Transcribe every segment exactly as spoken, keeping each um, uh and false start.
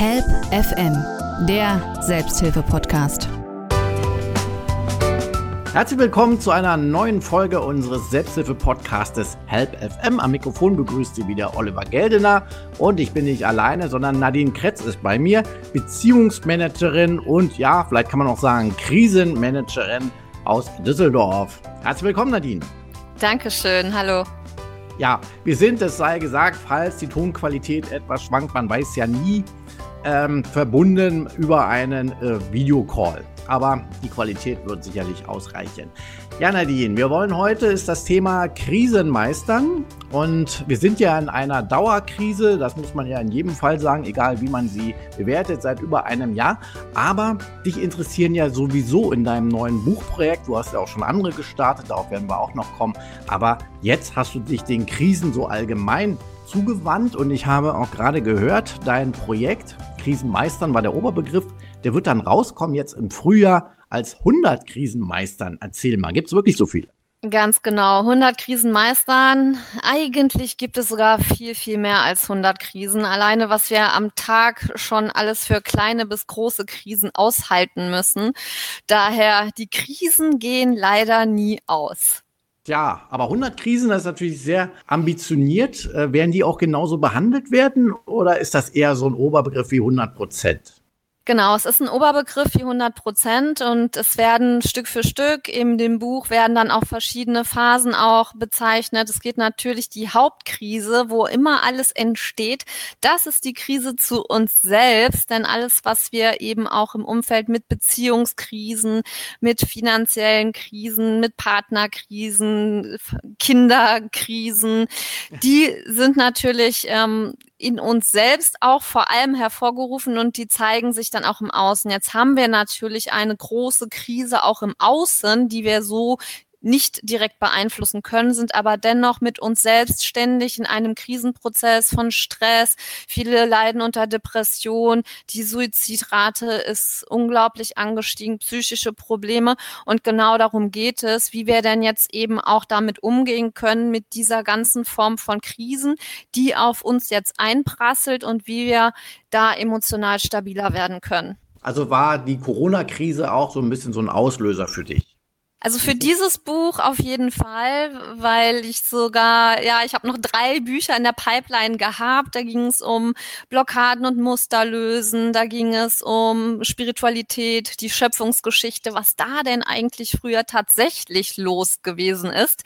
Help F M, der Selbsthilfe-Podcast. Herzlich willkommen zu einer neuen Folge unseres Selbsthilfe-Podcastes Help F M. Am Mikrofon begrüßt Sie wieder Oliver Geldener und ich bin nicht alleine, sondern Nadine Kretz ist bei mir, Beziehungsmanagerin und ja, vielleicht kann man auch sagen Krisenmanagerin aus Düsseldorf. Herzlich willkommen, Nadine. Dankeschön, hallo. Ja, wir sind, es sei gesagt, falls die Tonqualität etwas schwankt, man weiß ja nie, ähm, verbunden über einen äh, Videocall. Aber die Qualität wird sicherlich ausreichen. Ja, Nadine, wir wollen heute ist das Thema Krisen meistern. Und wir sind ja in einer Dauerkrise, das muss man ja in jedem Fall sagen, egal wie man sie bewertet, seit über einem Jahr. Aber dich interessieren ja sowieso in deinem neuen Buchprojekt, du hast ja auch schon andere gestartet, darauf werden wir auch noch kommen. Aber jetzt hast du dich den Krisen so allgemein zugewandt und ich habe auch gerade gehört, dein Projekt Krisen meistern war der Oberbegriff, der wird dann rauskommen jetzt im Frühjahr als hundert Krisen meistern. Erzähl mal, gibt es wirklich so viele? Ganz genau, hundert Krisen meistern. Eigentlich gibt es sogar viel, viel mehr als hundert Krisen. Alleine, was wir am Tag schon alles für kleine bis große Krisen aushalten müssen. Daher, die Krisen gehen leider nie aus. Ja, aber hundert Krisen, das ist natürlich sehr ambitioniert. Äh, werden die auch genauso behandelt werden oder ist das eher so ein Oberbegriff wie hundert Prozent? Genau, es ist ein Oberbegriff wie hundert Prozent und es werden Stück für Stück in dem Buch werden dann auch verschiedene Phasen auch bezeichnet. Es geht natürlich die Hauptkrise, wo immer alles entsteht. Das ist die Krise zu uns selbst, denn alles, was wir eben auch im Umfeld mit Beziehungskrisen, mit finanziellen Krisen, mit Partnerkrisen, Kinderkrisen, die sind natürlich ähm, in uns selbst auch vor allem hervorgerufen und die zeigen sich dann auch im Außen. Jetzt haben wir natürlich eine große Krise auch im Außen, die wir so nicht direkt beeinflussen können, sind aber dennoch mit uns selbst ständig in einem Krisenprozess von Stress. Viele leiden unter Depression. Die Suizidrate ist unglaublich angestiegen, psychische Probleme. Und genau darum geht es, wie wir denn jetzt eben auch damit umgehen können mit dieser ganzen Form von Krisen, die auf uns jetzt einprasselt und wie wir da emotional stabiler werden können. Also war die Corona-Krise auch so ein bisschen so ein Auslöser für dich? Also für dieses Buch auf jeden Fall, weil ich sogar, ja, ich habe noch drei Bücher in der Pipeline gehabt. Da ging es um Blockaden und Muster lösen, da ging es um Spiritualität, die Schöpfungsgeschichte, was da denn eigentlich früher tatsächlich los gewesen ist.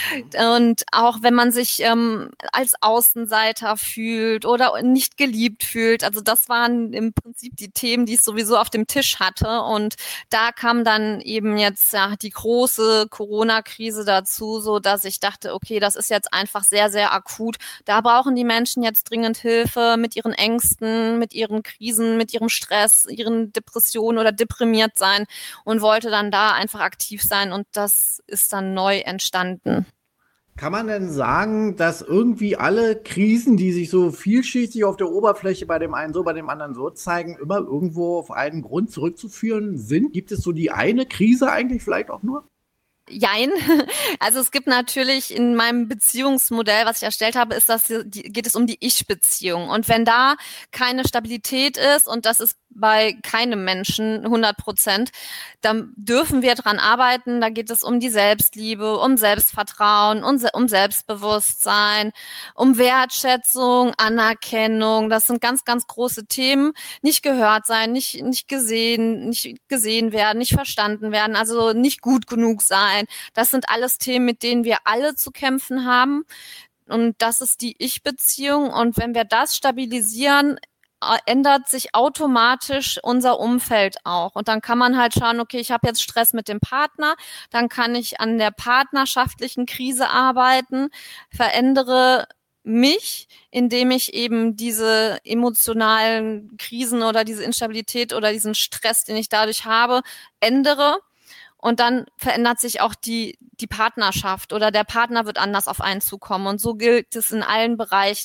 Und auch wenn man sich ähm, als Außenseiter fühlt oder nicht geliebt fühlt, also das waren im Prinzip die Themen, die ich sowieso auf dem Tisch hatte. Und da kam dann eben jetzt ja die große Corona-Krise dazu, so dass ich dachte, okay, das ist jetzt einfach sehr, sehr akut. Da brauchen die Menschen jetzt dringend Hilfe mit ihren Ängsten, mit ihren Krisen, mit ihrem Stress, ihren Depressionen oder deprimiert sein und wollte dann da einfach aktiv sein und das ist dann neu entstanden. Kann man denn sagen, dass irgendwie alle Krisen, die sich so vielschichtig auf der Oberfläche bei dem einen so, bei dem anderen so zeigen, immer irgendwo auf einen Grund zurückzuführen sind? Gibt es so die eine Krise eigentlich vielleicht auch nur? Jein. Also es gibt natürlich in meinem Beziehungsmodell, was ich erstellt habe, ist das, geht es um die Ich-Beziehung. Und wenn da keine Stabilität ist, und das ist bei keinem Menschen hundert Prozent, dann dürfen wir dran arbeiten. Da geht es um die Selbstliebe, um Selbstvertrauen, um, um Selbstbewusstsein, um Wertschätzung, Anerkennung. Das sind ganz, ganz große Themen. Nicht gehört sein, nicht, nicht gesehen, nicht gesehen werden, nicht verstanden werden, also nicht gut genug sein. Das sind alles Themen, mit denen wir alle zu kämpfen haben. Und das ist die Ich-Beziehung. Und wenn wir das stabilisieren, ändert sich automatisch unser Umfeld auch. Und dann kann man halt schauen, okay, ich habe jetzt Stress mit dem Partner, dann kann ich an der partnerschaftlichen Krise arbeiten, verändere mich, indem ich eben diese emotionalen Krisen oder diese Instabilität oder diesen Stress, den ich dadurch habe, ändere. Und dann verändert sich auch die, die Partnerschaft oder der Partner wird anders auf einen zukommen. Und so gilt es in allen Bereichen.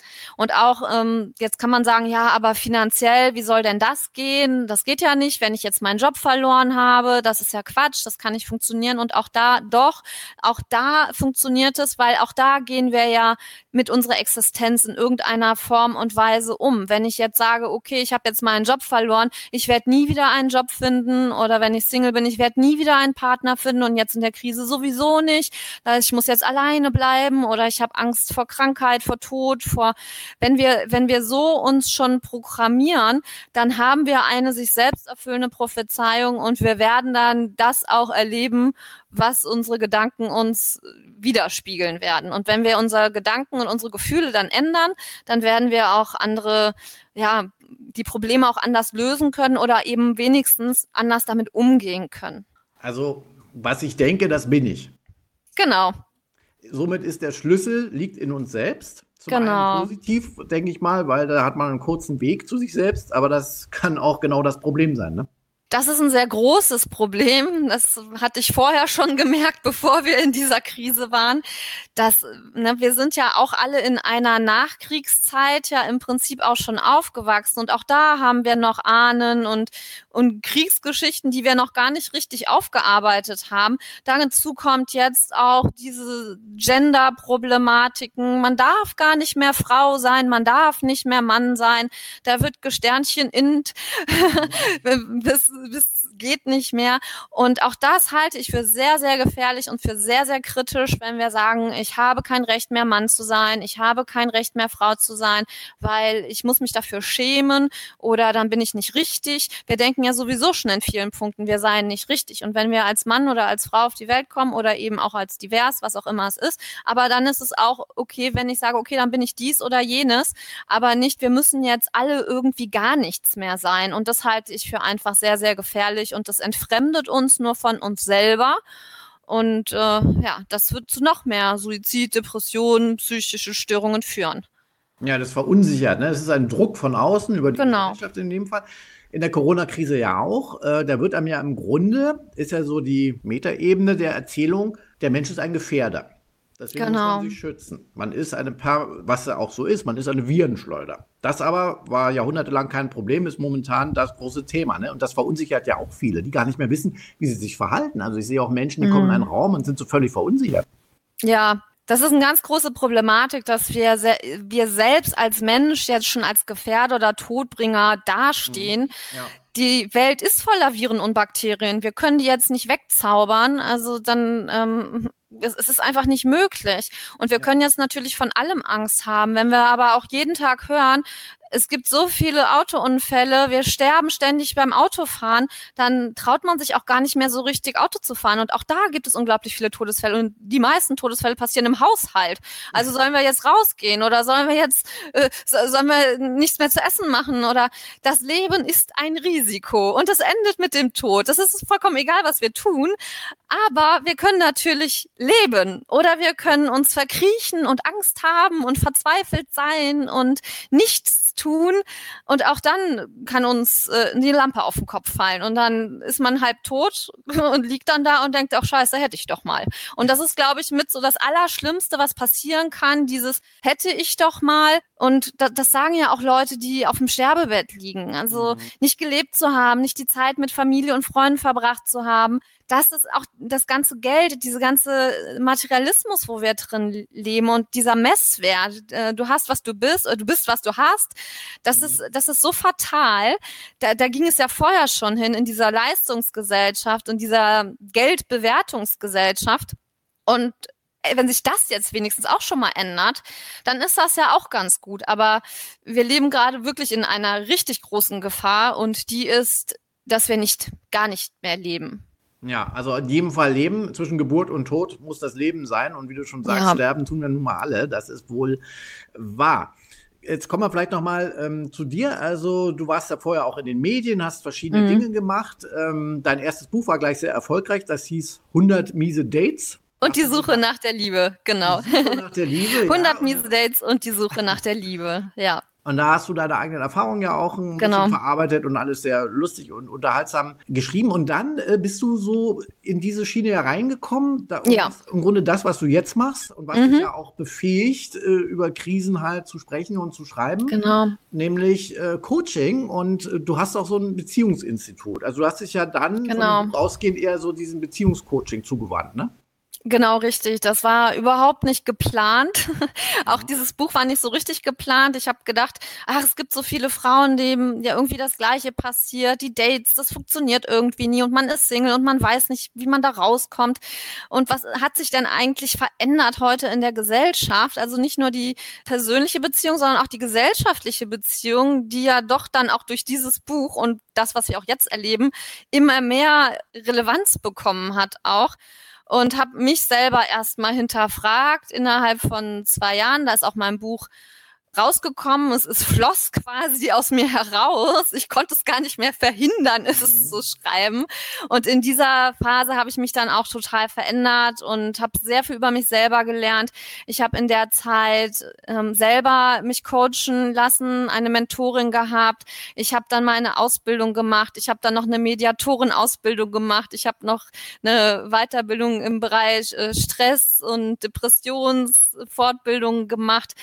Und auch, ähm, jetzt kann man sagen, ja, aber finanziell, wie soll denn das gehen? Das geht ja nicht, wenn ich jetzt meinen Job verloren habe. Das ist ja Quatsch, das kann nicht funktionieren. Und auch da, doch, auch da funktioniert es, weil auch da gehen wir ja mit unserer Existenz in irgendeiner Form und Weise um. Wenn ich jetzt sage, okay, ich habe jetzt meinen Job verloren, ich werde nie wieder einen Job finden, oder wenn ich Single bin, ich werde nie wieder einen Partner finden und jetzt in der Krise sowieso nicht. Ich muss jetzt alleine bleiben oder ich habe Angst vor Krankheit, vor Tod, vor, wenn wir, wenn wir so uns schon programmieren, dann haben wir eine sich selbst erfüllende Prophezeiung und wir werden dann das auch erleben, was unsere Gedanken uns widerspiegeln werden. Und wenn wir unsere Gedanken und unsere Gefühle dann ändern, dann werden wir auch andere, ja, die Probleme auch anders lösen können oder eben wenigstens anders damit umgehen können. Also, was ich denke, das bin ich. Genau. Somit ist der Schlüssel, liegt in uns selbst. Zum genau. einen positiv, denke ich mal, weil da hat man einen kurzen Weg zu sich selbst, aber das kann auch genau das Problem sein, ne? Das ist ein sehr großes Problem. Das hatte ich vorher schon gemerkt, bevor wir in dieser Krise waren. Dass, ne, wir sind ja auch alle in einer Nachkriegszeit ja im Prinzip auch schon aufgewachsen. Und auch da haben wir noch Ahnen und, und Kriegsgeschichten, die wir noch gar nicht richtig aufgearbeitet haben. Dazu kommt jetzt auch diese Gender-Problematiken. Man darf gar nicht mehr Frau sein, man darf nicht mehr Mann sein. Da wird Gesternchen int bis das geht nicht mehr. Und auch das halte ich für sehr, sehr gefährlich und für sehr, sehr kritisch, wenn wir sagen, ich habe kein Recht mehr, Mann zu sein, ich habe kein Recht mehr, Frau zu sein, weil ich muss mich dafür schämen oder dann bin ich nicht richtig. Wir denken ja sowieso schon in vielen Punkten, wir seien nicht richtig. Und wenn wir als Mann oder als Frau auf die Welt kommen oder eben auch als divers, was auch immer es ist, aber dann ist es auch okay, wenn ich sage, okay, dann bin ich dies oder jenes, aber nicht, wir müssen jetzt alle irgendwie gar nichts mehr sein. Und das halte ich für einfach sehr, sehr gefährlich und das entfremdet uns nur von uns selber und äh, ja, das wird zu noch mehr Suizid, Depressionen, psychische Störungen führen. Ja, das verunsichert, ne? Das ist ein Druck von außen über die genau. Gesellschaft in dem Fall. In der Corona-Krise ja auch. Äh, da wird einem ja im Grunde, ist ja so die Metaebene der Erzählung, der Mensch ist ein Gefährder. Deswegen genau. muss man sich schützen. Man ist eine, pa- was ja auch so ist, man ist eine Virenschleuder. Das aber war jahrhundertelang kein Problem, ist momentan das große Thema. Ne? Und das verunsichert ja auch viele, die gar nicht mehr wissen, wie sie sich verhalten. Also ich sehe auch Menschen, die mhm. kommen in einen Raum und sind so völlig verunsichert. Ja, das ist eine ganz große Problematik, dass wir, se- wir selbst als Mensch jetzt schon als Gefährder oder Todbringer dastehen. Mhm. Ja. Die Welt ist voller Viren und Bakterien. Wir können die jetzt nicht wegzaubern. Also dann, ähm, es, es ist einfach nicht möglich. Und wir können jetzt natürlich von allem Angst haben. Wenn wir aber auch jeden Tag hören, es gibt so viele Autounfälle, wir sterben ständig beim Autofahren, dann traut man sich auch gar nicht mehr so richtig Auto zu fahren. Und auch da gibt es unglaublich viele Todesfälle. Und die meisten Todesfälle passieren im Haushalt. Also sollen wir jetzt rausgehen oder sollen wir jetzt, äh, sollen wir nichts mehr zu essen machen? Oder das Leben ist ein Risiko und es endet mit dem Tod. Das ist vollkommen egal, was wir tun. Aber wir können natürlich leben oder wir können uns verkriechen und Angst haben und verzweifelt sein und nichts tun und auch dann kann uns äh, die Lampe auf den Kopf fallen und dann ist man halb tot und liegt dann da und denkt, ach scheiße, hätte ich doch mal. Und das ist, glaube ich, mit so das Allerschlimmste, was passieren kann, dieses hätte ich doch mal. Und da, das sagen ja auch Leute, die auf dem Sterbebett liegen. Also mhm. nicht gelebt zu haben, nicht die Zeit mit Familie und Freunden verbracht zu haben. Das ist auch das ganze Geld, diese ganze Materialismus, wo wir drin leben und dieser Messwert. Du hast, was du bist, du bist, was du hast. Das mhm. ist, das ist so fatal. Da, da ging es ja vorher schon hin in dieser Leistungsgesellschaft und dieser Geldbewertungsgesellschaft. Und wenn sich das jetzt wenigstens auch schon mal ändert, dann ist das ja auch ganz gut. Aber wir leben gerade wirklich in einer richtig großen Gefahr und die ist, dass wir nicht, gar nicht mehr leben. Ja, also in jedem Fall Leben, zwischen Geburt und Tod muss das Leben sein. Und wie du schon sagst, ja. sterben tun wir nun mal alle. Das ist wohl wahr. Jetzt kommen wir vielleicht noch mal ähm, zu dir. Also du warst ja vorher auch in den Medien, hast verschiedene mhm. Dinge gemacht. Ähm, dein erstes Buch war gleich sehr erfolgreich. Das hieß hundert miese Dates. Und die Suche nach der Liebe, genau. Die Suche nach der Liebe, hundert ja. miese Dates und die Suche nach der Liebe, ja. Und da hast du deine eigenen Erfahrungen ja auch ein Genau. bisschen verarbeitet und alles sehr lustig und unterhaltsam geschrieben. Und dann äh, bist du so in diese Schiene hereingekommen. Da, Ja. Das, im Grunde das, was du jetzt machst und was Mhm. dich ja auch befähigt, äh, über Krisen halt zu sprechen und zu schreiben. Genau. Nämlich äh, Coaching. Und äh, du hast auch so ein Beziehungsinstitut. Also du hast dich ja dann Genau. von dem Buch ausgehend eher so diesem Beziehungscoaching zugewandt, ne? Genau, richtig. Das war überhaupt nicht geplant. Auch dieses Buch war nicht so richtig geplant. Ich habe gedacht, ach, es gibt so viele Frauen, denen ja irgendwie das Gleiche passiert. Die Dates, das funktioniert irgendwie nie und man ist Single und man weiß nicht, wie man da rauskommt. Und was hat sich denn eigentlich verändert heute in der Gesellschaft? Also nicht nur die persönliche Beziehung, sondern auch die gesellschaftliche Beziehung, die ja doch dann auch durch dieses Buch und das, was wir auch jetzt erleben, immer mehr Relevanz bekommen hat auch. Und habe mich selber erstmal hinterfragt innerhalb von zwei Jahren. Da ist auch mein Buch rausgekommen. Es, es floss quasi aus mir heraus. Ich konnte es gar nicht mehr verhindern, es zu schreiben. Und in dieser Phase habe ich mich dann auch total verändert und habe sehr viel über mich selber gelernt. Ich habe in der Zeit ähm, selber mich coachen lassen, eine Mentorin gehabt. Ich habe dann meine Ausbildung gemacht. Ich habe dann noch eine Mediatorin-Ausbildung gemacht. Ich habe noch eine Weiterbildung im Bereich äh, Stress- und Depressionsfortbildung gemacht.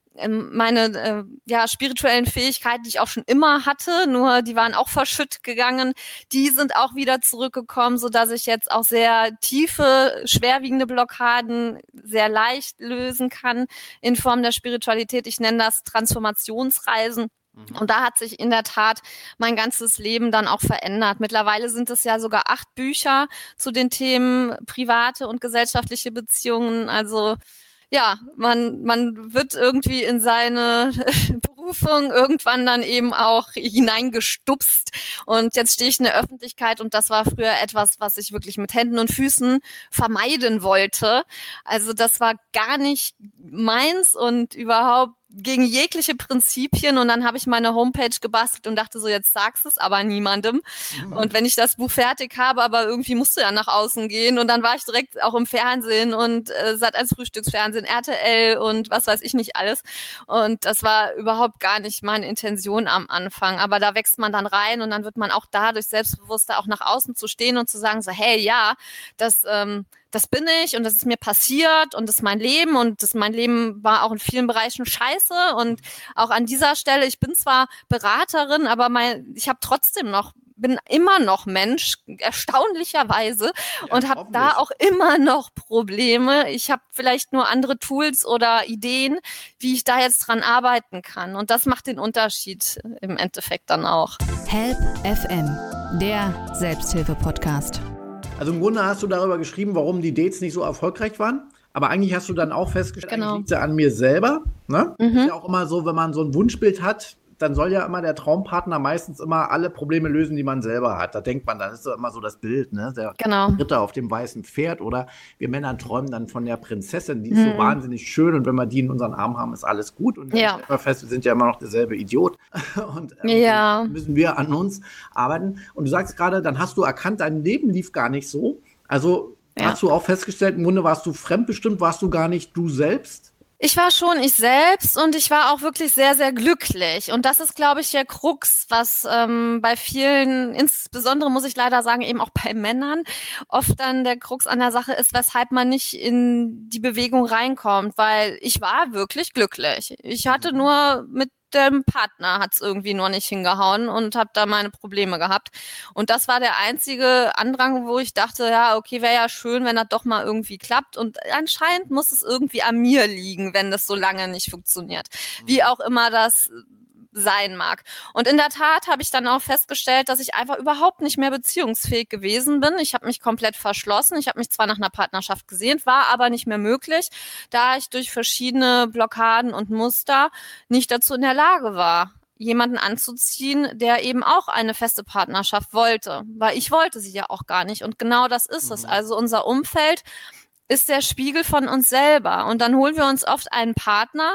Meine äh, ja, spirituellen Fähigkeiten, die ich auch schon immer hatte, nur die waren auch verschütt gegangen, die sind auch wieder zurückgekommen, sodass ich jetzt auch sehr tiefe, schwerwiegende Blockaden sehr leicht lösen kann in Form der Spiritualität. Ich nenne das Transformationsreisen. Und da hat sich in der Tat mein ganzes Leben dann auch verändert. Mittlerweile sind es ja sogar acht Bücher zu den Themen private und gesellschaftliche Beziehungen. Also ja, man, man wird irgendwie in seine Berufung irgendwann dann eben auch hineingestupst. Und jetzt stehe ich in der Öffentlichkeit und das war früher etwas, was ich wirklich mit Händen und Füßen vermeiden wollte. Also das war gar nicht meins und überhaupt gegen jegliche Prinzipien. Und dann habe ich meine Homepage gebastelt und dachte so, jetzt sagst es aber niemandem. Mhm. Und wenn ich das Buch fertig habe, aber irgendwie musst du ja nach außen gehen. Und dann war ich direkt auch im Fernsehen und äh, Sat eins Frühstücksfernsehen, R T L und was weiß ich nicht alles. Und das war überhaupt gar nicht meine Intention am Anfang. Aber da wächst man dann rein und dann wird man auch dadurch selbstbewusster, auch nach außen zu stehen und zu sagen so, hey, ja, das ähm, das bin ich und das ist mir passiert und das ist mein Leben und das mein Leben war auch in vielen Bereichen scheiße und auch an dieser Stelle, ich bin zwar Beraterin, aber mein, ich habe trotzdem noch, bin immer noch Mensch, erstaunlicherweise, ja, und habe da auch immer noch Probleme. Ich habe vielleicht nur andere Tools oder Ideen, wie ich da jetzt dran arbeiten kann und das macht den Unterschied im Endeffekt dann auch. Help F M, der Selbsthilfe-Podcast. Also im Grunde hast du darüber geschrieben, warum die Dates nicht so erfolgreich waren. Aber eigentlich hast du dann auch festgestellt, genau. Eigentlich liegt es ja an mir selber. Ne? Mhm. Ist ja auch immer so, wenn man so ein Wunschbild hat, dann soll ja immer der Traumpartner meistens immer alle Probleme lösen, die man selber hat. Da denkt man, das ist doch immer so das Bild, ne? Der genau. Ritter auf dem weißen Pferd oder wir Männer träumen dann von der Prinzessin, die ist mhm. so wahnsinnig schön und wenn wir die in unseren Armen haben, ist alles gut. Und ja. immer fest, wir sind ja immer noch derselbe Idiot und ähm, ja. müssen wir an uns arbeiten. Und du sagst gerade, dann hast du erkannt, dein Leben lief gar nicht so. Also ja. hast du auch festgestellt, im Grunde warst du fremdbestimmt, warst du gar nicht du selbst? Ich war schon ich selbst und ich war auch wirklich sehr, sehr glücklich. Und das ist, glaube ich, der Krux, was ähm, bei vielen, insbesondere muss ich leider sagen, eben auch bei Männern, oft dann der Krux an der Sache ist, weshalb man nicht in die Bewegung reinkommt. Weil ich war wirklich glücklich. Ich hatte nur mit dem Partner hat es irgendwie noch nicht hingehauen und habe da meine Probleme gehabt. Und das war der einzige Andrang, wo ich dachte, ja, okay, wäre ja schön, wenn das doch mal irgendwie klappt. Und anscheinend muss es irgendwie an mir liegen, wenn das so lange nicht funktioniert. Wie auch immer das sein mag. Und in der Tat habe ich dann auch festgestellt, dass ich einfach überhaupt nicht mehr beziehungsfähig gewesen bin. Ich habe mich komplett verschlossen. Ich habe mich zwar nach einer Partnerschaft gesehnt, war aber nicht mehr möglich, da ich durch verschiedene Blockaden und Muster nicht dazu in der Lage war, jemanden anzuziehen, der eben auch eine feste Partnerschaft wollte. Weil ich wollte sie ja auch gar nicht. Und genau das ist es. Also unser Umfeld ist der Spiegel von uns selber. Und dann holen wir uns oft einen Partner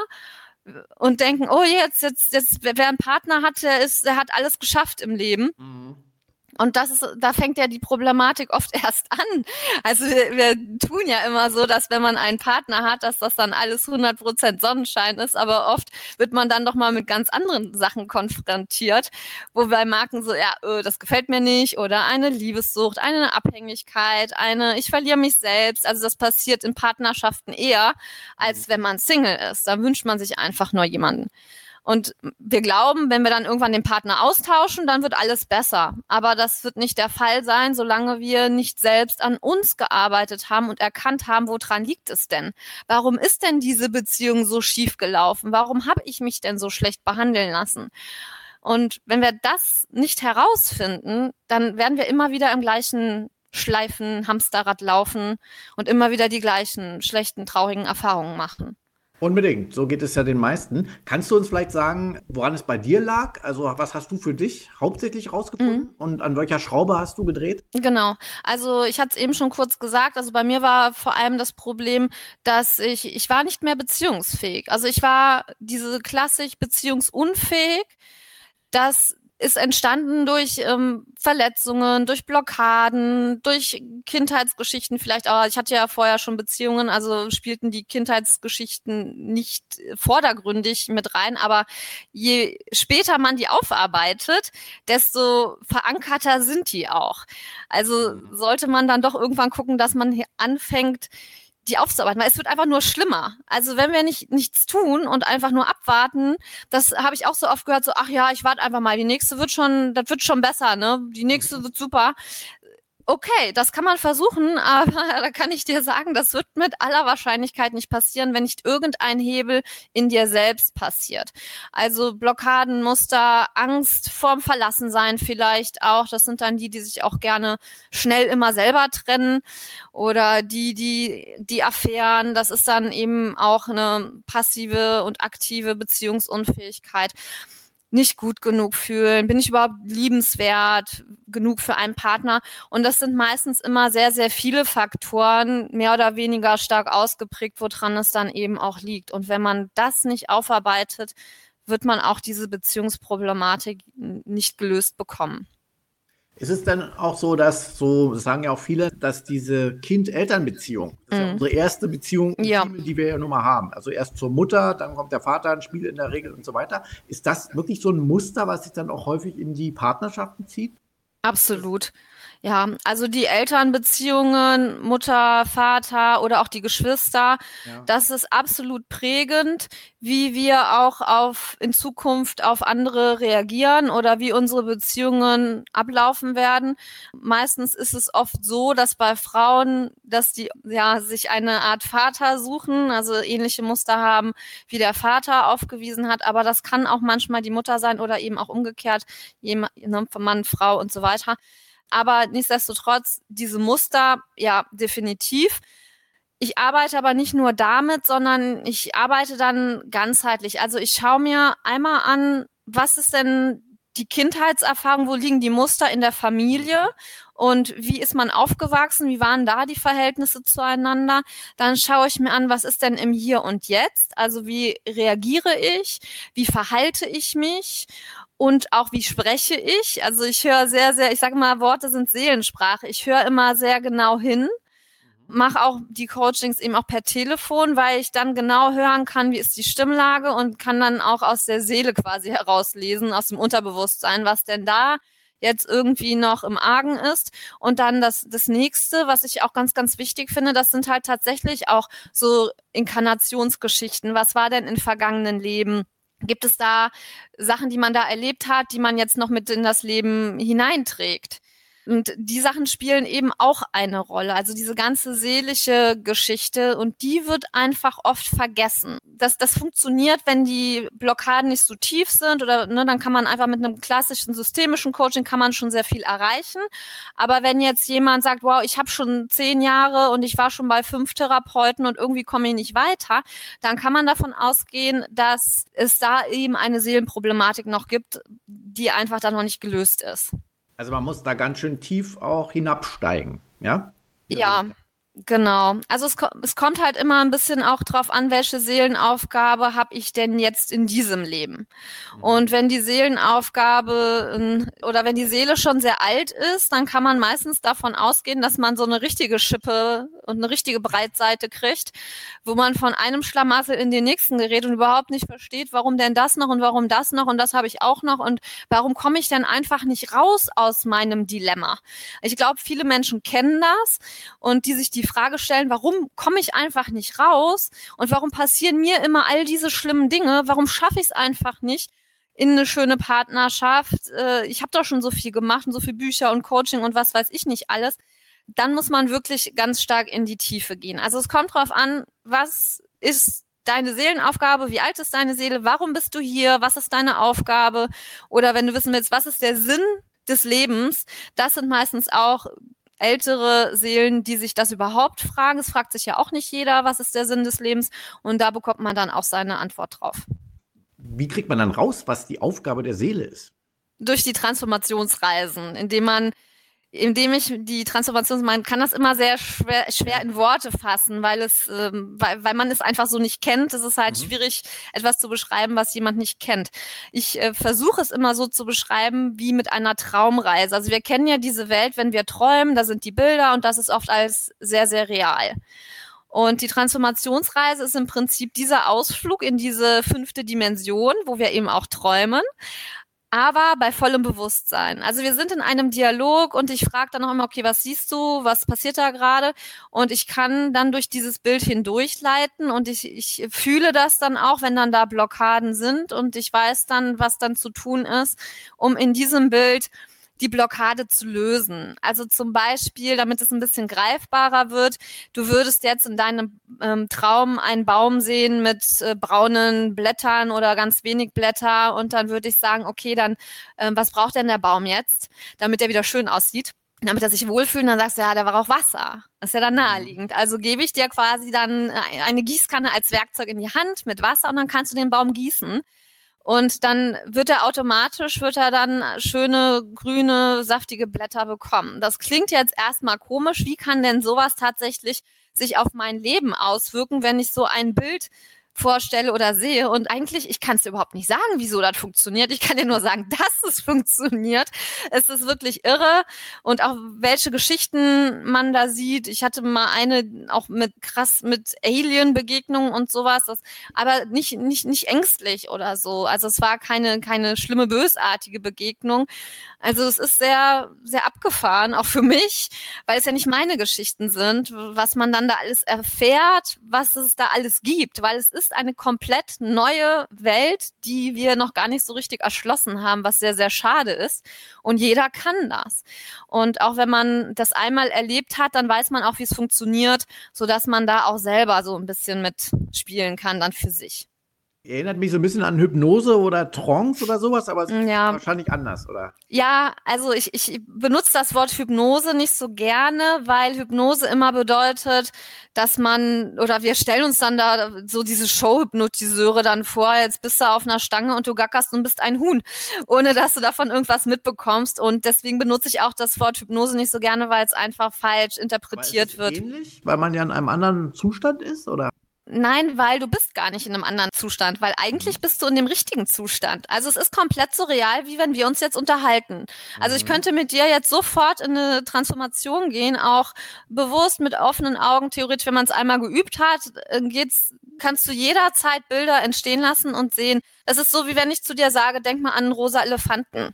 und denken, oh, jetzt, jetzt, jetzt, wer einen Partner hat, der ist, der hat alles geschafft im Leben. Mhm. Und das ist, da fängt ja die Problematik oft erst an. Also wir, wir tun ja immer so, dass wenn man einen Partner hat, dass das dann alles hundert Prozent Sonnenschein ist, aber oft wird man dann doch mal mit ganz anderen Sachen konfrontiert, wo wir merken so, ja, öh, das gefällt mir nicht, oder eine Liebessucht, eine Abhängigkeit, eine, ich verliere mich selbst. Also das passiert in Partnerschaften eher, als wenn man Single ist. Da wünscht man sich einfach nur jemanden. Und wir glauben, wenn wir dann irgendwann den Partner austauschen, dann wird alles besser. Aber das wird nicht der Fall sein, solange wir nicht selbst an uns gearbeitet haben und erkannt haben, woran liegt es denn? Warum ist denn diese Beziehung so schief gelaufen? Warum habe ich mich denn so schlecht behandeln lassen? Und wenn wir das nicht herausfinden, dann werden wir immer wieder im gleichen Schleifen, Hamsterrad laufen und immer wieder die gleichen schlechten, traurigen Erfahrungen machen. Unbedingt, so geht es ja den meisten. Kannst du uns vielleicht sagen, woran es bei dir lag? Also was hast du für dich hauptsächlich rausgefunden mhm. und an welcher Schraube hast du gedreht? Genau, also ich hatte es eben schon kurz gesagt, also bei mir war vor allem das Problem, dass ich, ich war nicht mehr beziehungsfähig. Also ich war diese klassisch beziehungsunfähig, das ist entstanden durch ähm, Verletzungen, durch Blockaden, durch Kindheitsgeschichten vielleicht auch. Ich hatte ja vorher schon Beziehungen, also spielten die Kindheitsgeschichten nicht vordergründig mit rein. Aber je später man die aufarbeitet, desto verankerter sind die auch. Also sollte man dann doch irgendwann gucken, dass man hier anfängt, die aufzuarbeiten, weil es wird einfach nur schlimmer. Also wenn wir nicht nichts tun und einfach nur abwarten, das habe ich auch so oft gehört, so ach ja, ich warte einfach mal, die nächste wird schon, das wird schon besser, ne? Die nächste wird super. Okay, das kann man versuchen, aber da kann ich dir sagen, das wird mit aller Wahrscheinlichkeit nicht passieren, wenn nicht irgendein Hebel in dir selbst passiert. Also Blockaden, Muster, Angst vorm Verlassensein vielleicht auch. Das sind dann die, die sich auch gerne schnell immer selber trennen. Oder die, die, die Affären, das ist dann eben auch eine passive und aktive Beziehungsunfähigkeit. Nicht gut genug fühlen, bin ich überhaupt liebenswert genug für einen Partner? Und das sind meistens immer sehr, sehr viele Faktoren, mehr oder weniger stark ausgeprägt, woran es dann eben auch liegt. Und wenn man das nicht aufarbeitet, wird man auch diese Beziehungsproblematik nicht gelöst bekommen. Ist es dann auch so, dass, so sagen ja auch viele, dass diese Kind-Eltern-Beziehung, das ist mm. ja unsere erste Beziehung, ja. die wir ja nun mal haben. Also erst zur Mutter, dann kommt der Vater ins Spiel in der Regel und so weiter. Ist das wirklich so ein Muster, was sich dann auch häufig in die Partnerschaften zieht? Absolut. Ja, also die Elternbeziehungen, Mutter, Vater oder auch die Geschwister, ja. Das ist absolut prägend, wie wir auch auf in Zukunft auf andere reagieren oder wie unsere Beziehungen ablaufen werden. Meistens ist es oft so, dass bei Frauen, dass die ja sich eine Art Vater suchen, also ähnliche Muster haben, wie der Vater aufgewiesen hat, aber das kann auch manchmal die Mutter sein oder eben auch umgekehrt, jemand, Mann, Frau und so weiter. Aber nichtsdestotrotz, diese Muster, ja, definitiv. Ich arbeite aber nicht nur damit, sondern ich arbeite dann ganzheitlich. Also ich schaue mir einmal an, was ist denn die Kindheitserfahrung, wo liegen die Muster in der Familie und wie ist man aufgewachsen, wie waren da die Verhältnisse zueinander. Dann schaue ich mir an, was ist denn im Hier und Jetzt, also wie reagiere ich, wie verhalte ich mich. Und auch, wie spreche ich? Also ich höre sehr, sehr, ich sage mal, Worte sind Seelensprache. Ich höre immer sehr genau hin, mache auch die Coachings eben auch per Telefon, weil ich dann genau hören kann, wie ist die Stimmlage und kann dann auch aus der Seele quasi herauslesen, aus dem Unterbewusstsein, was denn da jetzt irgendwie noch im Argen ist. Und dann das, das Nächste, was ich auch ganz, ganz wichtig finde, das sind halt tatsächlich auch so Inkarnationsgeschichten. Was war denn in vergangenen Leben? Gibt es da Sachen, die man da erlebt hat, die man jetzt noch mit in das Leben hineinträgt? Und die Sachen spielen eben auch eine Rolle. Also diese ganze seelische Geschichte und die wird einfach oft vergessen. Das, das funktioniert, wenn die Blockaden nicht so tief sind oder ne, dann kann man einfach mit einem klassischen systemischen Coaching kann man schon sehr viel erreichen. Aber wenn jetzt jemand sagt, wow, ich habe schon zehn Jahre und ich war schon bei fünf Therapeuten und irgendwie komme ich nicht weiter, dann kann man davon ausgehen, dass es da eben eine Seelenproblematik noch gibt, die einfach dann noch nicht gelöst ist. Also man muss da ganz schön tief auch hinabsteigen, ja? Ja, Genau. Also es, ko- es kommt halt immer ein bisschen auch drauf an, welche Seelenaufgabe habe ich denn jetzt in diesem Leben. Und wenn die Seelenaufgabe ähm, oder wenn die Seele schon sehr alt ist, dann kann man meistens davon ausgehen, dass man so eine richtige Schippe und eine richtige Breitseite kriegt, wo man von einem Schlamassel in den nächsten gerät und überhaupt nicht versteht, warum denn das noch und warum das noch und das habe ich auch noch und warum komme ich denn einfach nicht raus aus meinem Dilemma. Ich glaube, viele Menschen kennen das und die sich die Frage stellen, warum komme ich einfach nicht raus und warum passieren mir immer all diese schlimmen Dinge, warum schaffe ich es einfach nicht in eine schöne Partnerschaft, äh, ich habe doch schon so viel gemacht und so viele Bücher und Coaching und was weiß ich nicht alles, dann muss man wirklich ganz stark in die Tiefe gehen. Also es kommt drauf an, was ist deine Seelenaufgabe, wie alt ist deine Seele, warum bist du hier, was ist deine Aufgabe oder wenn du wissen willst, was ist der Sinn des Lebens, das sind meistens auch ältere Seelen, die sich das überhaupt fragen. Es fragt sich ja auch nicht jeder, was ist der Sinn des Lebens und da bekommt man dann auch seine Antwort drauf. Wie kriegt man dann raus, was die Aufgabe der Seele ist? Durch die Transformationsreisen, indem man indem ich die Transformation, man kann das immer sehr schwer, schwer in Worte fassen, weil es, ähm, weil, weil man es einfach so nicht kennt. Es ist halt mhm. schwierig, etwas zu beschreiben, was jemand nicht kennt. Ich äh, versuche es immer so zu beschreiben wie mit einer Traumreise. Also wir kennen ja diese Welt, wenn wir träumen, da sind die Bilder und das ist oft alles sehr, sehr real. Und die Transformationsreise ist im Prinzip dieser Ausflug in diese fünfte Dimension, wo wir eben auch träumen. Aber bei vollem Bewusstsein. Also wir sind in einem Dialog und ich frage dann auch immer, okay, was siehst du, was passiert da gerade? Und ich kann dann durch dieses Bild hindurchleiten und ich, ich fühle das dann auch, wenn dann da Blockaden sind und ich weiß dann, was dann zu tun ist, um in diesem Bild die Blockade zu lösen. Also zum Beispiel, damit es ein bisschen greifbarer wird, du würdest jetzt in deinem ähm, Traum einen Baum sehen mit äh, braunen Blättern oder ganz wenig Blätter und dann würde ich sagen, okay, dann äh, was braucht denn der Baum jetzt, damit er wieder schön aussieht? Damit er sich wohlfühlt, dann sagst du, ja, der braucht auch Wasser. Das ist ja dann naheliegend. Also gebe ich dir quasi dann eine Gießkanne als Werkzeug in die Hand mit Wasser und dann kannst du den Baum gießen. Und dann wird er automatisch, wird er dann schöne, grüne, saftige Blätter bekommen. Das klingt jetzt erstmal komisch. Wie kann denn sowas tatsächlich sich auf mein Leben auswirken, wenn ich so ein Bild vorstelle oder sehe und eigentlich, ich kann es dir überhaupt nicht sagen, wieso das funktioniert. Ich kann dir nur sagen, dass es funktioniert. Es ist wirklich irre und auch welche Geschichten man da sieht. Ich hatte mal eine auch mit krass mit Alien-Begegnungen und sowas, das, aber nicht nicht nicht ängstlich oder so. Also es war keine keine schlimme bösartige Begegnung. Also es ist sehr sehr abgefahren, auch für mich, weil es ja nicht meine Geschichten sind, was man dann da alles erfährt, was es da alles gibt, weil es ist eine komplett neue Welt, die wir noch gar nicht so richtig erschlossen haben, was sehr, sehr schade ist. Und jeder kann das. Und auch wenn man das einmal erlebt hat, dann weiß man auch, wie es funktioniert, sodass man da auch selber so ein bisschen mitspielen kann dann für sich. Erinnert mich so ein bisschen an Hypnose oder Trance oder sowas, aber es ist ja. wahrscheinlich anders, oder? Ja, also ich, ich benutze das Wort Hypnose nicht so gerne, weil Hypnose immer bedeutet, dass man, oder wir stellen uns dann da so diese Show-Hypnotiseure dann vor, jetzt bist du auf einer Stange und du gackerst und bist ein Huhn, ohne dass du davon irgendwas mitbekommst. Und deswegen benutze ich auch das Wort Hypnose nicht so gerne, weil es einfach falsch interpretiert wird. Ähnlich, weil man ja in einem anderen Zustand ist, oder? Nein, weil du bist gar nicht in einem anderen Zustand, weil eigentlich bist du in dem richtigen Zustand. Also es ist komplett so real, wie wenn wir uns jetzt unterhalten. Also ich könnte mit dir jetzt sofort in eine Transformation gehen, auch bewusst mit offenen Augen. Theoretisch, wenn man es einmal geübt hat, geht's, kannst du jederzeit Bilder entstehen lassen und sehen. Es ist so, wie wenn ich zu dir sage, denk mal an einen rosa Elefanten.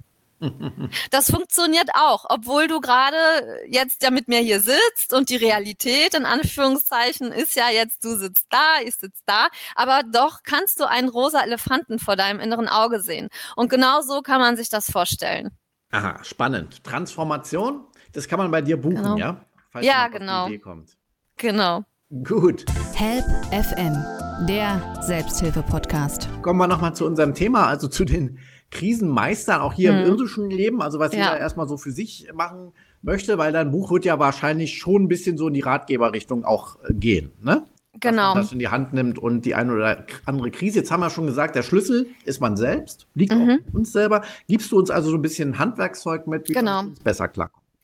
Das funktioniert auch, obwohl du gerade jetzt ja mit mir hier sitzt und die Realität in Anführungszeichen ist ja jetzt, du sitzt da, ich sitze da, aber doch kannst du einen rosa Elefanten vor deinem inneren Auge sehen. Und genau so kann man sich das vorstellen. Aha, spannend. Transformation, das kann man bei dir buchen, genau. ja? Falls ja, jemand genau. auf die Idee kommt. Genau. Gut. Help F M, der Selbsthilfe-Podcast. Kommen wir nochmal zu unserem Thema, also zu den Krisenmeistern, auch hier hm. im irdischen Leben, also was ja. jeder erstmal so für sich machen möchte, weil dein Buch wird ja wahrscheinlich schon ein bisschen so in die Ratgeberrichtung auch äh, gehen, ne? Genau. Dass man das in die Hand nimmt und die eine oder andere Krise. Jetzt haben wir schon gesagt, der Schlüssel ist man selbst, liegt mhm. auch in uns selber. Gibst du uns also so ein bisschen Handwerkszeug mit, wie genau. wir uns besser klarkommen?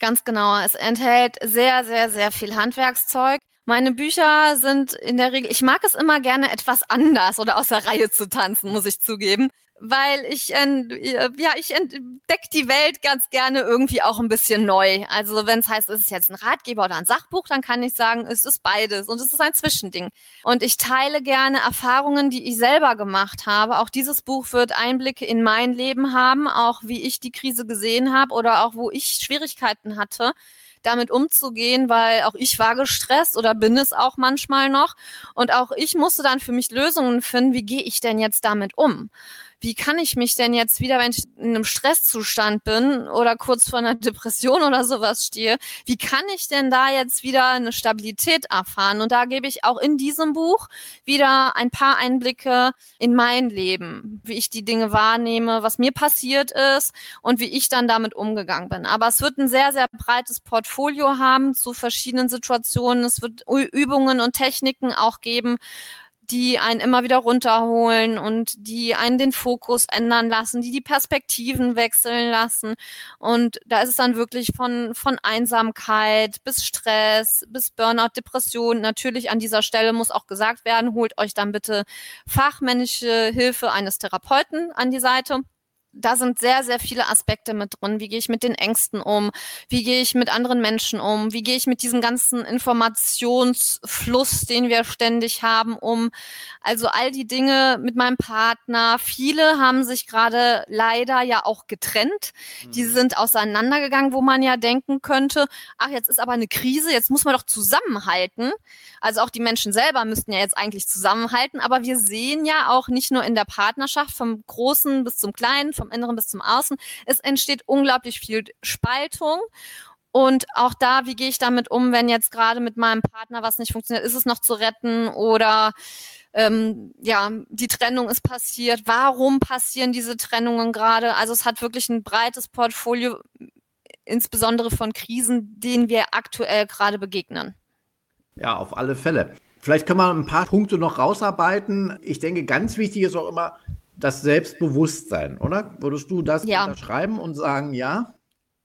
Ganz genau. Es enthält sehr, sehr, sehr viel Handwerkszeug. Meine Bücher sind in der Regel, ich mag es immer gerne etwas anders oder aus der Reihe zu tanzen, muss ich zugeben, weil ich, äh, ja, ich entdecke die Welt ganz gerne irgendwie auch ein bisschen neu. Also wenn es heißt, es ist jetzt ein Ratgeber oder ein Sachbuch, dann kann ich sagen, es ist beides und es ist ein Zwischending. Und ich teile gerne Erfahrungen, die ich selber gemacht habe. Auch dieses Buch wird Einblicke in mein Leben haben, auch wie ich die Krise gesehen habe oder auch wo ich Schwierigkeiten hatte, damit umzugehen, weil auch ich war gestresst oder bin es auch manchmal noch. Und auch ich musste dann für mich Lösungen finden, wie gehe ich denn jetzt damit um? Wie kann ich mich denn jetzt wieder, wenn ich in einem Stresszustand bin oder kurz vor einer Depression oder sowas stehe, wie kann ich denn da jetzt wieder eine Stabilität erfahren? Und da gebe ich auch in diesem Buch wieder ein paar Einblicke in mein Leben, wie ich die Dinge wahrnehme, was mir passiert ist und wie ich dann damit umgegangen bin. Aber es wird ein sehr, sehr breites Portfolio haben zu verschiedenen Situationen. Es wird Übungen und Techniken auch geben, die einen immer wieder runterholen und die einen den Fokus ändern lassen, die die Perspektiven wechseln lassen. Und da ist es dann wirklich von, von Einsamkeit bis Stress, bis Burnout, Depression. Natürlich an dieser Stelle muss auch gesagt werden, holt euch dann bitte fachmännische Hilfe eines Therapeuten an die Seite. Da sind sehr, sehr viele Aspekte mit drin. Wie gehe ich mit den Ängsten um? Wie gehe ich mit anderen Menschen um? Wie gehe ich mit diesem ganzen Informationsfluss, den wir ständig haben, um? Also all die Dinge mit meinem Partner. Viele haben sich gerade leider ja auch getrennt. Mhm. Die sind auseinandergegangen, wo man ja denken könnte, ach, jetzt ist aber eine Krise, jetzt muss man doch zusammenhalten. Also auch die Menschen selber müssten ja jetzt eigentlich zusammenhalten. Aber wir sehen ja auch nicht nur in der Partnerschaft, vom Großen bis zum Kleinen, vom Inneren bis zum Außen. Es entsteht unglaublich viel Spaltung. Und auch da, wie gehe ich damit um, wenn jetzt gerade mit meinem Partner was nicht funktioniert? Ist es noch zu retten oder ähm, ja, die Trennung ist passiert? Warum passieren diese Trennungen gerade? Also es hat wirklich ein breites Portfolio, insbesondere von Krisen, denen wir aktuell gerade begegnen. Ja, auf alle Fälle. Vielleicht können wir ein paar Punkte noch rausarbeiten. Ich denke, ganz wichtig ist auch immer das Selbstbewusstsein, oder? Würdest du das ja unterschreiben und sagen, ja?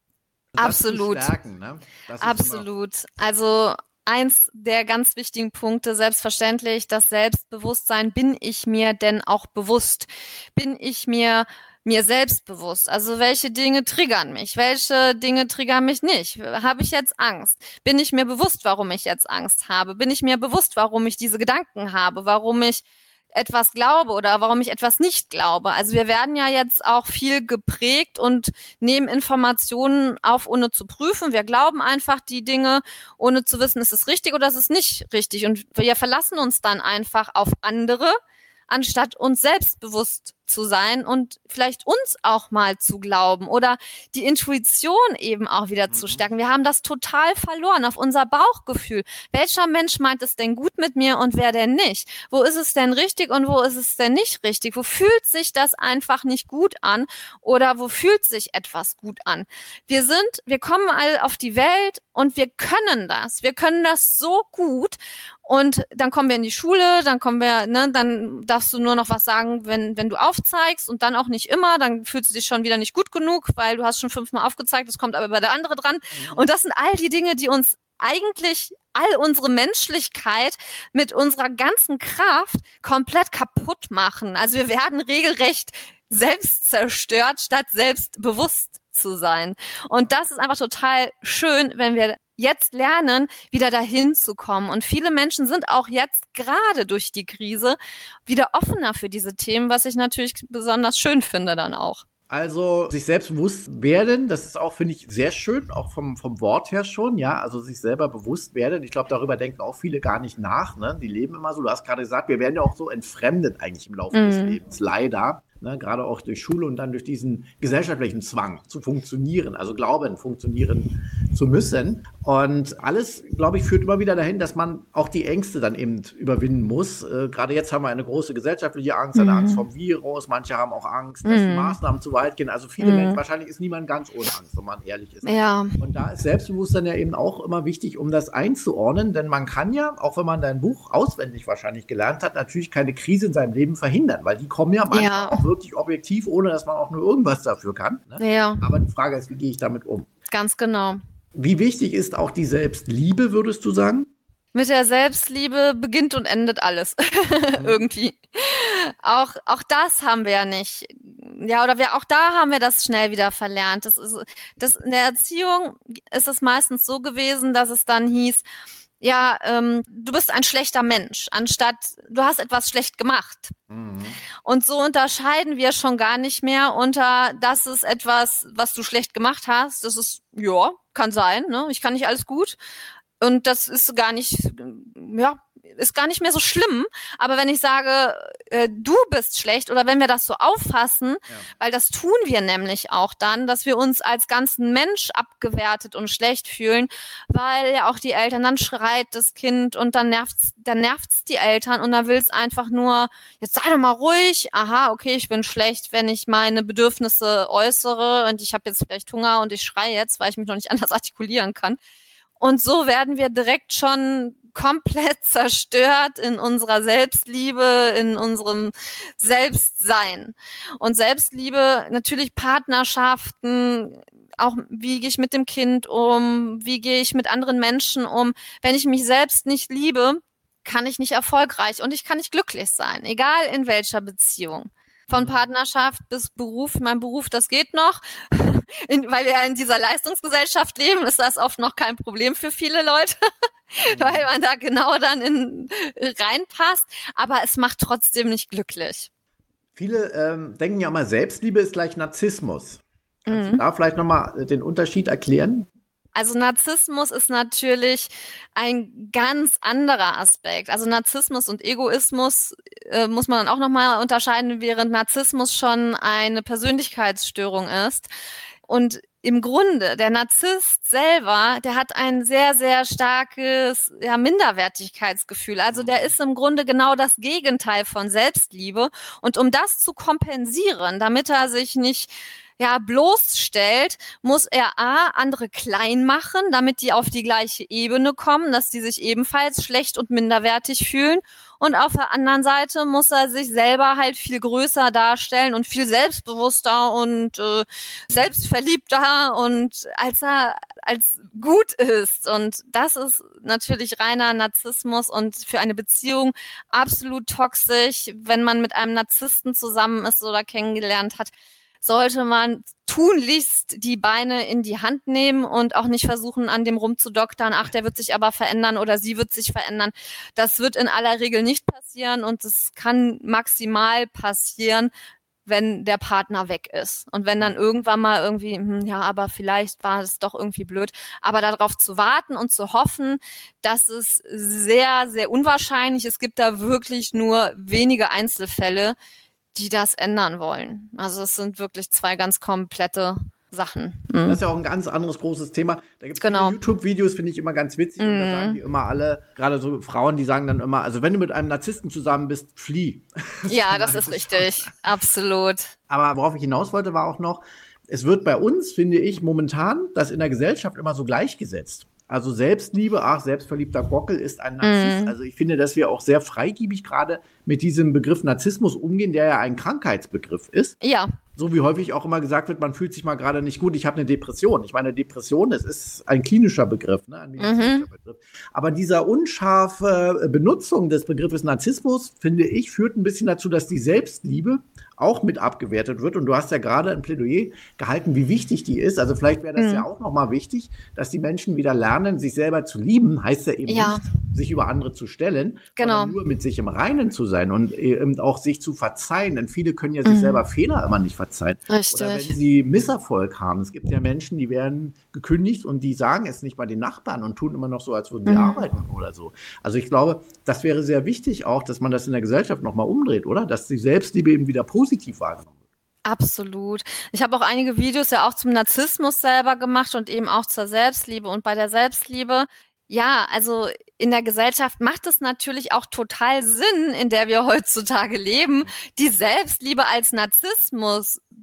Das Absolut. Zu stärken, ne? Das ist Absolut. Also eins der ganz wichtigen Punkte, selbstverständlich, das Selbstbewusstsein. Bin ich mir denn auch bewusst? Bin ich mir mir selbstbewusst? Also welche Dinge triggern mich? Welche Dinge triggern mich nicht? Habe ich jetzt Angst? Bin ich mir bewusst, warum ich jetzt Angst habe? Bin ich mir bewusst, warum ich diese Gedanken habe? Warum ich etwas glaube oder warum ich etwas nicht glaube. Also wir werden ja jetzt auch viel geprägt und nehmen Informationen auf, ohne zu prüfen. Wir glauben einfach die Dinge, ohne zu wissen, ist es richtig oder ist es nicht richtig. Und wir verlassen uns dann einfach auf andere, anstatt uns selbstbewusst zu sein und vielleicht uns auch mal zu glauben oder die Intuition eben auch wieder mhm. zu stärken. Wir haben das total verloren auf unser Bauchgefühl. Welcher Mensch meint es denn gut mit mir und wer denn nicht? Wo ist es denn richtig und wo ist es denn nicht richtig? Wo fühlt sich das einfach nicht gut an oder wo fühlt sich etwas gut an? Wir sind, wir kommen all auf die Welt und wir können das. Wir können das so gut. Und dann kommen wir in die Schule, dann kommen wir, ne, dann darfst du nur noch was sagen, wenn, wenn du aufzeigst und dann auch nicht immer, dann fühlst du dich schon wieder nicht gut genug, weil du hast schon fünfmal aufgezeigt, es kommt aber bei der andere dran. Mhm. Und das sind all die Dinge, die uns eigentlich all unsere Menschlichkeit mit unserer ganzen Kraft komplett kaputt machen. Also wir werden regelrecht selbst zerstört, statt selbstbewusst zu sein. Und das ist einfach total schön, wenn wir jetzt lernen, wieder dahin zu kommen. Und viele Menschen sind auch jetzt gerade durch die Krise wieder offener für diese Themen, was ich natürlich besonders schön finde dann auch. Also sich selbstbewusst werden, das ist auch, finde ich, sehr schön, auch vom, vom Wort her schon, ja, also sich selber bewusst werden. Ich glaube, darüber denken auch viele gar nicht nach, ne? Die leben immer so, du hast gerade gesagt, wir werden ja auch so entfremdet eigentlich im Laufe mm. des Lebens, leider. Ne, gerade auch durch Schule und dann durch diesen gesellschaftlichen Zwang zu funktionieren, also glauben, funktionieren zu müssen. Und alles, glaube ich, führt immer wieder dahin, dass man auch die Ängste dann eben überwinden muss. Äh, gerade jetzt haben wir eine große gesellschaftliche Angst, eine mhm. Angst vom Virus. Manche haben auch Angst, dass mhm. die Maßnahmen zu weit gehen. Also viele mhm. Menschen, wahrscheinlich ist niemand ganz ohne Angst, wenn man ehrlich ist. Ja. Und da ist Selbstbewusstsein ja eben auch immer wichtig, um das einzuordnen. Denn man kann ja, auch wenn man dein Buch auswendig wahrscheinlich gelernt hat, natürlich keine Krise in seinem Leben verhindern, weil die kommen ja manchmal ja. auch wirklich objektiv, ohne dass man auch nur irgendwas dafür kann. Ne? Ja. Aber die Frage ist, wie gehe ich damit um? Ganz genau. Wie wichtig ist auch die Selbstliebe, würdest du sagen? Mit der Selbstliebe beginnt und endet alles. Irgendwie. Auch, auch das haben wir ja nicht. Ja, oder wir, auch da haben wir das schnell wieder verlernt. Das ist, das, in der Erziehung ist es meistens so gewesen, dass es dann hieß, ja, ähm, du bist ein schlechter Mensch, anstatt du hast etwas schlecht gemacht. Mhm. Und so unterscheiden wir schon gar nicht mehr unter, das ist etwas, was du schlecht gemacht hast. Das ist, ja, kann sein, ne? Ich kann nicht alles gut. Und das ist gar nicht, ja, ist gar nicht mehr so schlimm. Aber wenn ich sage, äh, du bist schlecht oder wenn wir das so auffassen, ja. Weil das tun wir nämlich auch dann, dass wir uns als ganzen Mensch abgewertet und schlecht fühlen, weil ja auch die Eltern, dann schreit das Kind und dann nervt's, dann nervt's die Eltern und dann will's einfach nur, jetzt sei doch mal ruhig, aha, okay, ich bin schlecht, wenn ich meine Bedürfnisse äußere und ich habe jetzt vielleicht Hunger und ich schreie jetzt, weil ich mich noch nicht anders artikulieren kann. Und so werden wir direkt schon komplett zerstört in unserer Selbstliebe, in unserem Selbstsein. Und Selbstliebe, natürlich Partnerschaften, auch wie gehe ich mit dem Kind um, wie gehe ich mit anderen Menschen um. Wenn ich mich selbst nicht liebe, kann ich nicht erfolgreich und ich kann nicht glücklich sein, egal in welcher Beziehung. Von Partnerschaft bis Beruf. Mein Beruf, das geht noch. In, weil wir ja in dieser Leistungsgesellschaft leben, ist das oft noch kein Problem für viele Leute, mhm. weil man da genau dann in, reinpasst. Aber es macht trotzdem nicht glücklich. Viele ähm, denken ja immer, Selbstliebe ist gleich Narzissmus. Kannst Mhm. du da vielleicht nochmal den Unterschied erklären? Also Narzissmus ist natürlich ein ganz anderer Aspekt. Also Narzissmus und Egoismus äh, muss man dann auch nochmal unterscheiden, während Narzissmus schon eine Persönlichkeitsstörung ist. Und im Grunde, der Narzisst selber, der hat ein sehr, sehr starkes ja, Minderwertigkeitsgefühl. Also der ist im Grunde genau das Gegenteil von Selbstliebe. Und um das zu kompensieren, damit er sich nicht ja, bloßstellt, muss er A, andere klein machen, damit die auf die gleiche Ebene kommen, dass die sich ebenfalls schlecht und minderwertig fühlen. Und auf der anderen Seite muss er sich selber halt viel größer darstellen und viel selbstbewusster und äh, selbstverliebter und als er als gut ist. Und das ist natürlich reiner Narzissmus und für eine Beziehung absolut toxisch. Wenn man mit einem Narzissten zusammen ist oder kennengelernt hat, sollte man tunlichst die Beine in die Hand nehmen und auch nicht versuchen, an dem rumzudoktern, ach, der wird sich aber verändern oder sie wird sich verändern. Das wird in aller Regel nicht passieren und es kann maximal passieren, wenn der Partner weg ist. Und wenn dann irgendwann mal irgendwie, hm, ja, aber vielleicht war es doch irgendwie blöd. Aber darauf zu warten und zu hoffen, das ist sehr, sehr unwahrscheinlich. Es gibt da wirklich nur wenige Einzelfälle, die das ändern wollen. Also es sind wirklich zwei ganz komplette Sachen. Mhm. Das ist ja auch ein ganz anderes großes Thema. Da gibt es genau. YouTube-Videos, finde ich immer ganz witzig. Mhm. Und da sagen die immer alle, gerade so Frauen, die sagen dann immer, also wenn du mit einem Narzissten zusammen bist, flieh. Ja, das ist richtig. Absolut. Aber worauf ich hinaus wollte, war auch noch, es wird bei uns, finde ich, momentan das in der Gesellschaft immer so gleichgesetzt. Also Selbstliebe, ach, selbstverliebter Gockel ist ein Narzisst. Mhm. Also ich finde, dass wir auch sehr freigebig gerade mit diesem Begriff Narzissmus umgehen, der ja ein Krankheitsbegriff ist. Ja. So wie häufig auch immer gesagt wird, man fühlt sich mal gerade nicht gut, ich habe eine Depression. Ich meine, Depression, das ist ein klinischer Begriff, ne? Ein medizinischer mhm. Begriff. Aber dieser unscharfe Benutzung des Begriffes Narzissmus, finde ich, führt ein bisschen dazu, dass die Selbstliebe auch mit abgewertet wird. Und du hast ja gerade ein Plädoyer gehalten, wie wichtig die ist. Also vielleicht wäre das mhm. ja auch nochmal wichtig, dass die Menschen wieder lernen, sich selber zu lieben. Heißt ja eben ja. nicht, sich über andere zu stellen, genau. sondern nur mit sich im Reinen zu sein und eben auch sich zu verzeihen. Denn viele können ja sich mhm. selber Fehler immer nicht verzeihen. Richtig. Oder wenn sie Misserfolg haben. Es gibt ja Menschen, die werden gekündigt und die sagen es nicht bei den Nachbarn und tun immer noch so, als würden sie mhm. arbeiten oder so. Also ich glaube, das wäre sehr wichtig auch, dass man das in der Gesellschaft nochmal umdreht, oder? Dass die Selbstliebe eben wieder positiv wahrgenommen wird. Absolut. Ich habe auch einige Videos ja auch zum Narzissmus selber gemacht und eben auch zur Selbstliebe. Und bei der Selbstliebe, ja, also in der Gesellschaft macht es natürlich auch total Sinn, in der wir heutzutage leben, die Selbstliebe als Narzissmus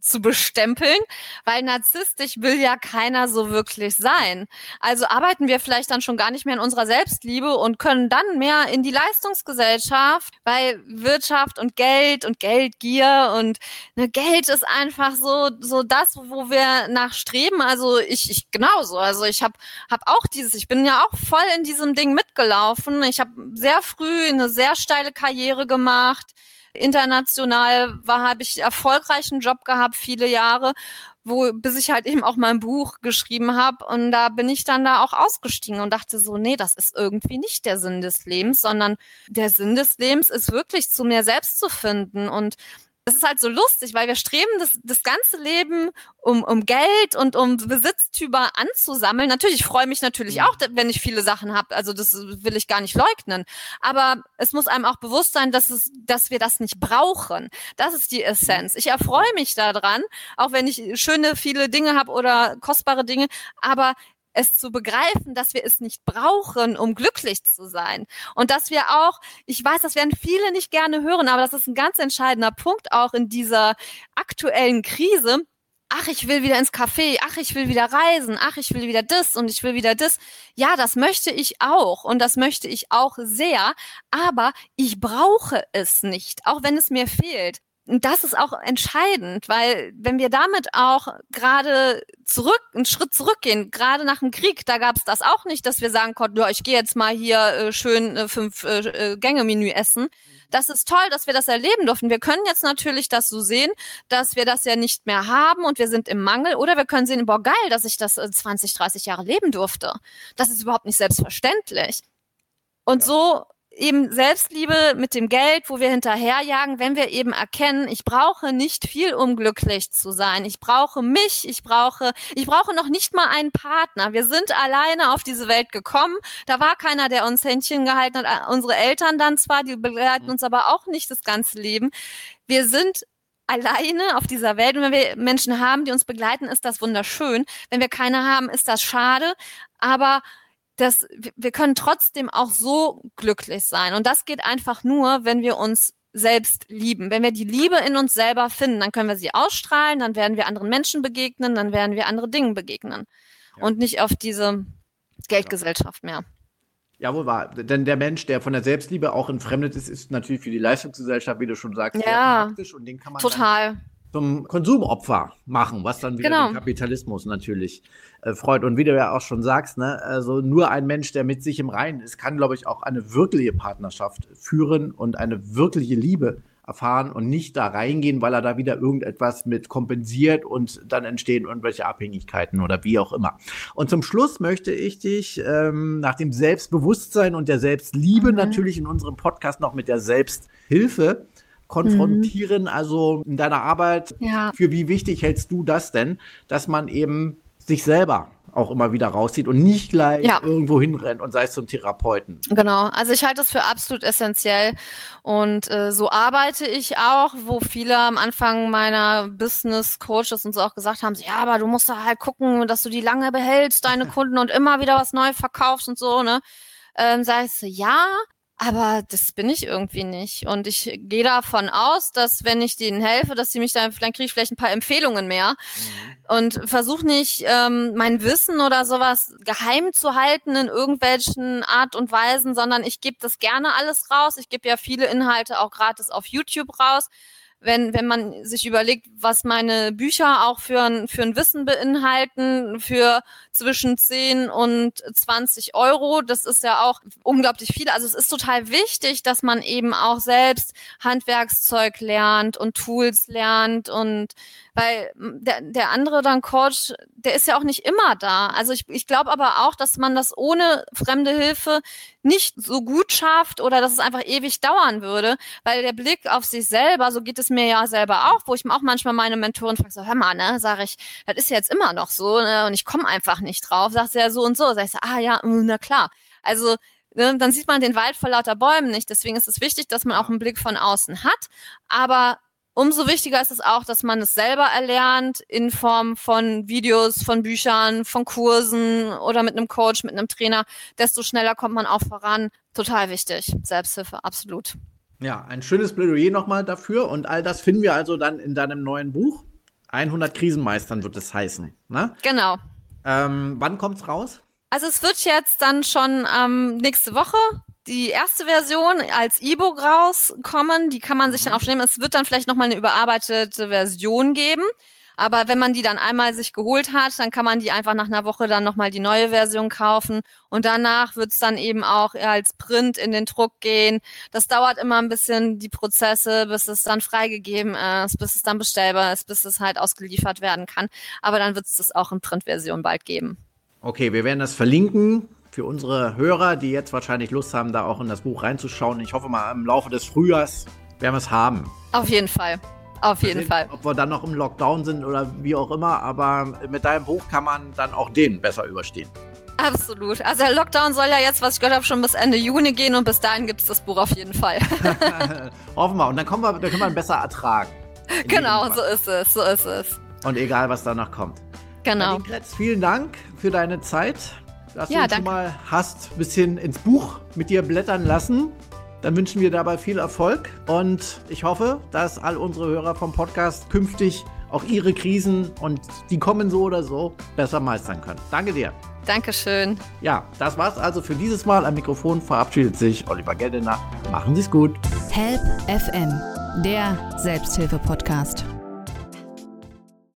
zu bestempeln, weil narzisstisch will ja keiner so wirklich sein. Also arbeiten wir vielleicht dann schon gar nicht mehr in unserer Selbstliebe und können dann mehr in die Leistungsgesellschaft, weil Wirtschaft und Geld und Geldgier und ne, Geld ist einfach so so das, wo wir nachstreben. Also ich ich genauso. Also ich habe hab auch dieses, ich bin ja auch voll in diesem Ding mitgelaufen. Ich habe sehr früh eine sehr steile Karriere gemacht. International war, habe ich erfolgreichen Job gehabt, viele Jahre, wo bis ich halt eben auch mein Buch geschrieben habe. Und da bin ich dann da auch ausgestiegen und dachte so, nee, das ist irgendwie nicht der Sinn des Lebens, sondern der Sinn des Lebens ist wirklich zu mir selbst zu finden. Und es ist halt so lustig, weil wir streben das, das ganze Leben, um, um Geld und um Besitztümer anzusammeln. Natürlich, ich freue mich natürlich auch, wenn ich viele Sachen habe. Also das will ich gar nicht leugnen. Aber es muss einem auch bewusst sein, dass es, dass wir das nicht brauchen. Das ist die Essenz. Ich erfreue mich daran, auch wenn ich schöne, viele Dinge habe oder kostbare Dinge. Aber es zu begreifen, dass wir es nicht brauchen, um glücklich zu sein. Und dass wir auch, ich weiß, das werden viele nicht gerne hören, aber das ist ein ganz entscheidender Punkt auch in dieser aktuellen Krise. Ach, ich will wieder ins Café, ach, ich will wieder reisen, ach, ich will wieder das und ich will wieder das. Ja, das möchte ich auch und das möchte ich auch sehr, aber ich brauche es nicht, auch wenn es mir fehlt. Und das ist auch entscheidend, weil wenn wir damit auch gerade zurück, einen Schritt zurückgehen, gerade nach dem Krieg, da gab es das auch nicht, dass wir sagen konnten, ja, ich gehe jetzt mal hier äh, schön äh, fünf äh, Gänge-Menü essen. Das ist toll, dass wir das erleben durften. Wir können jetzt natürlich das so sehen, dass wir das ja nicht mehr haben und wir sind im Mangel. Oder wir können sehen, boah, geil, dass ich das äh, zwanzig, dreißig Jahre leben durfte. Das ist überhaupt nicht selbstverständlich. Und ja. so eben Selbstliebe mit dem Geld, wo wir hinterherjagen, wenn wir eben erkennen, ich brauche nicht viel, um glücklich zu sein. Ich brauche mich, ich brauche, ich brauche noch nicht mal einen Partner. Wir sind alleine auf diese Welt gekommen. Da war keiner, der uns Händchen gehalten hat. Unsere Eltern dann zwar, die begleiten uns aber auch nicht das ganze Leben. Wir sind alleine auf dieser Welt. Und wenn wir Menschen haben, die uns begleiten, ist das wunderschön. Wenn wir keine haben, ist das schade. Aber das, wir können trotzdem auch so glücklich sein. Und das geht einfach nur, wenn wir uns selbst lieben. Wenn wir die Liebe in uns selber finden, dann können wir sie ausstrahlen, dann werden wir anderen Menschen begegnen, dann werden wir andere Dingen begegnen. Ja. Und nicht auf diese Geldgesellschaft mehr. Ja, wohl wahr. Denn der Mensch, der von der Selbstliebe auch entfremdet ist, ist natürlich für die Leistungsgesellschaft, wie du schon sagst, ja, sehr praktisch. Und den kann man total zum Konsumopfer machen, was dann wieder genau. den Kapitalismus natürlich äh, freut. Und wie du ja auch schon sagst, ne, also nur ein Mensch, der mit sich im Reinen ist, kann, glaube ich, auch eine wirkliche Partnerschaft führen und eine wirkliche Liebe erfahren und nicht da reingehen, weil er da wieder irgendetwas mit kompensiert und dann entstehen irgendwelche Abhängigkeiten oder wie auch immer. Und zum Schluss möchte ich dich ähm, nach dem Selbstbewusstsein und der Selbstliebe mhm. natürlich in unserem Podcast noch mit der Selbsthilfe konfrontieren, mhm. also in deiner Arbeit, ja. für wie wichtig hältst du das denn, dass man eben sich selber auch immer wieder rauszieht und nicht gleich ja. irgendwo hinrennt und sei es zum Therapeuten. Genau, also ich halte das für absolut essentiell und äh, so arbeite ich auch, wo viele am Anfang meiner Business-Coaches und so auch gesagt haben, ja, aber du musst da halt gucken, dass du die lange behältst, deine Kunden und immer wieder was neu verkaufst und so, ne? Ähm, sag ich so, ja, aber das bin ich irgendwie nicht. Und ich gehe davon aus, dass wenn ich denen helfe, dass sie mich dann, dann kriege ich vielleicht ein paar Empfehlungen mehr. Mhm. Und versuche nicht, ähm, mein Wissen oder sowas geheim zu halten in irgendwelchen Art und Weisen, sondern ich gebe das gerne alles raus. Ich gebe ja viele Inhalte auch gratis auf YouTube raus. Wenn, wenn man sich überlegt, was meine Bücher auch für ein, für ein Wissen beinhalten, für zwischen zehn und zwanzig Euro, das ist ja auch unglaublich viel. Also es ist total wichtig, dass man eben auch selbst Handwerkszeug lernt und Tools lernt und weil der, der andere dann Coach, der ist ja auch nicht immer da. Also ich, ich glaube aber auch, dass man das ohne fremde Hilfe nicht so gut schafft oder dass es einfach ewig dauern würde, weil der Blick auf sich selber, so geht es mir ja selber auch, wo ich auch manchmal meine Mentorin frage, so, hör mal, ne, sage ich, das ist ja jetzt immer noch so, ne, und ich komme einfach nicht drauf, sagt sie ja so und so, sag ich so, ah ja, na klar. Also ne, dann sieht man den Wald vor lauter Bäumen nicht, deswegen ist es wichtig, dass man auch einen Blick von außen hat, aber umso wichtiger ist es auch, dass man es selber erlernt in Form von Videos, von Büchern, von Kursen oder mit einem Coach, mit einem Trainer. Desto schneller kommt man auch voran. Total wichtig. Selbsthilfe, absolut. Ja, ein schönes Plädoyer nochmal dafür. Und all das finden wir also dann in deinem neuen Buch. hundert Krisenmeistern wird es heißen, ne? Genau. Ähm, wann kommt's raus? Also es wird jetzt dann schon ähm, nächste Woche die erste Version als E-Book rauskommen. Die kann man sich dann auch nehmen. Es wird dann vielleicht nochmal eine überarbeitete Version geben. Aber wenn man die dann einmal sich geholt hat, dann kann man die einfach nach einer Woche dann nochmal die neue Version kaufen. Und danach wird es dann eben auch als Print in den Druck gehen. Das dauert immer ein bisschen, die Prozesse, bis es dann freigegeben ist, bis es dann bestellbar ist, bis es halt ausgeliefert werden kann. Aber dann wird es das auch in Printversion bald geben. Okay, wir werden das verlinken für unsere Hörer, die jetzt wahrscheinlich Lust haben, da auch in das Buch reinzuschauen. Ich hoffe mal, im Laufe des Frühjahrs werden wir es haben. Auf jeden Fall. Auf jeden sehen, Fall. Ob wir dann noch im Lockdown sind oder wie auch immer, aber mit deinem Buch kann man dann auch den besser überstehen. Absolut. Also der Lockdown soll ja jetzt, was ich gehört habe, schon bis Ende Juni gehen und bis dahin gibt es das Buch auf jeden Fall. Hoffen wir. Und dann, kommen wir, dann können wir ihn besser ertragen. Genau, so ist es, so ist es. Und egal, was danach kommt. Genau. Nadine Kretz, vielen Dank für deine Zeit, dass ja, du uns danke. mal hast ein bisschen ins Buch mit dir blättern lassen. Dann wünschen wir dabei viel Erfolg und ich hoffe, dass all unsere Hörer vom Podcast künftig auch ihre Krisen und die kommen so oder so besser meistern können. Danke dir. Dankeschön. Ja, das war's also für dieses Mal. Am Mikrofon verabschiedet sich Oliver Geldener. Machen Sie's gut. Help F M, der Selbsthilfe-Podcast.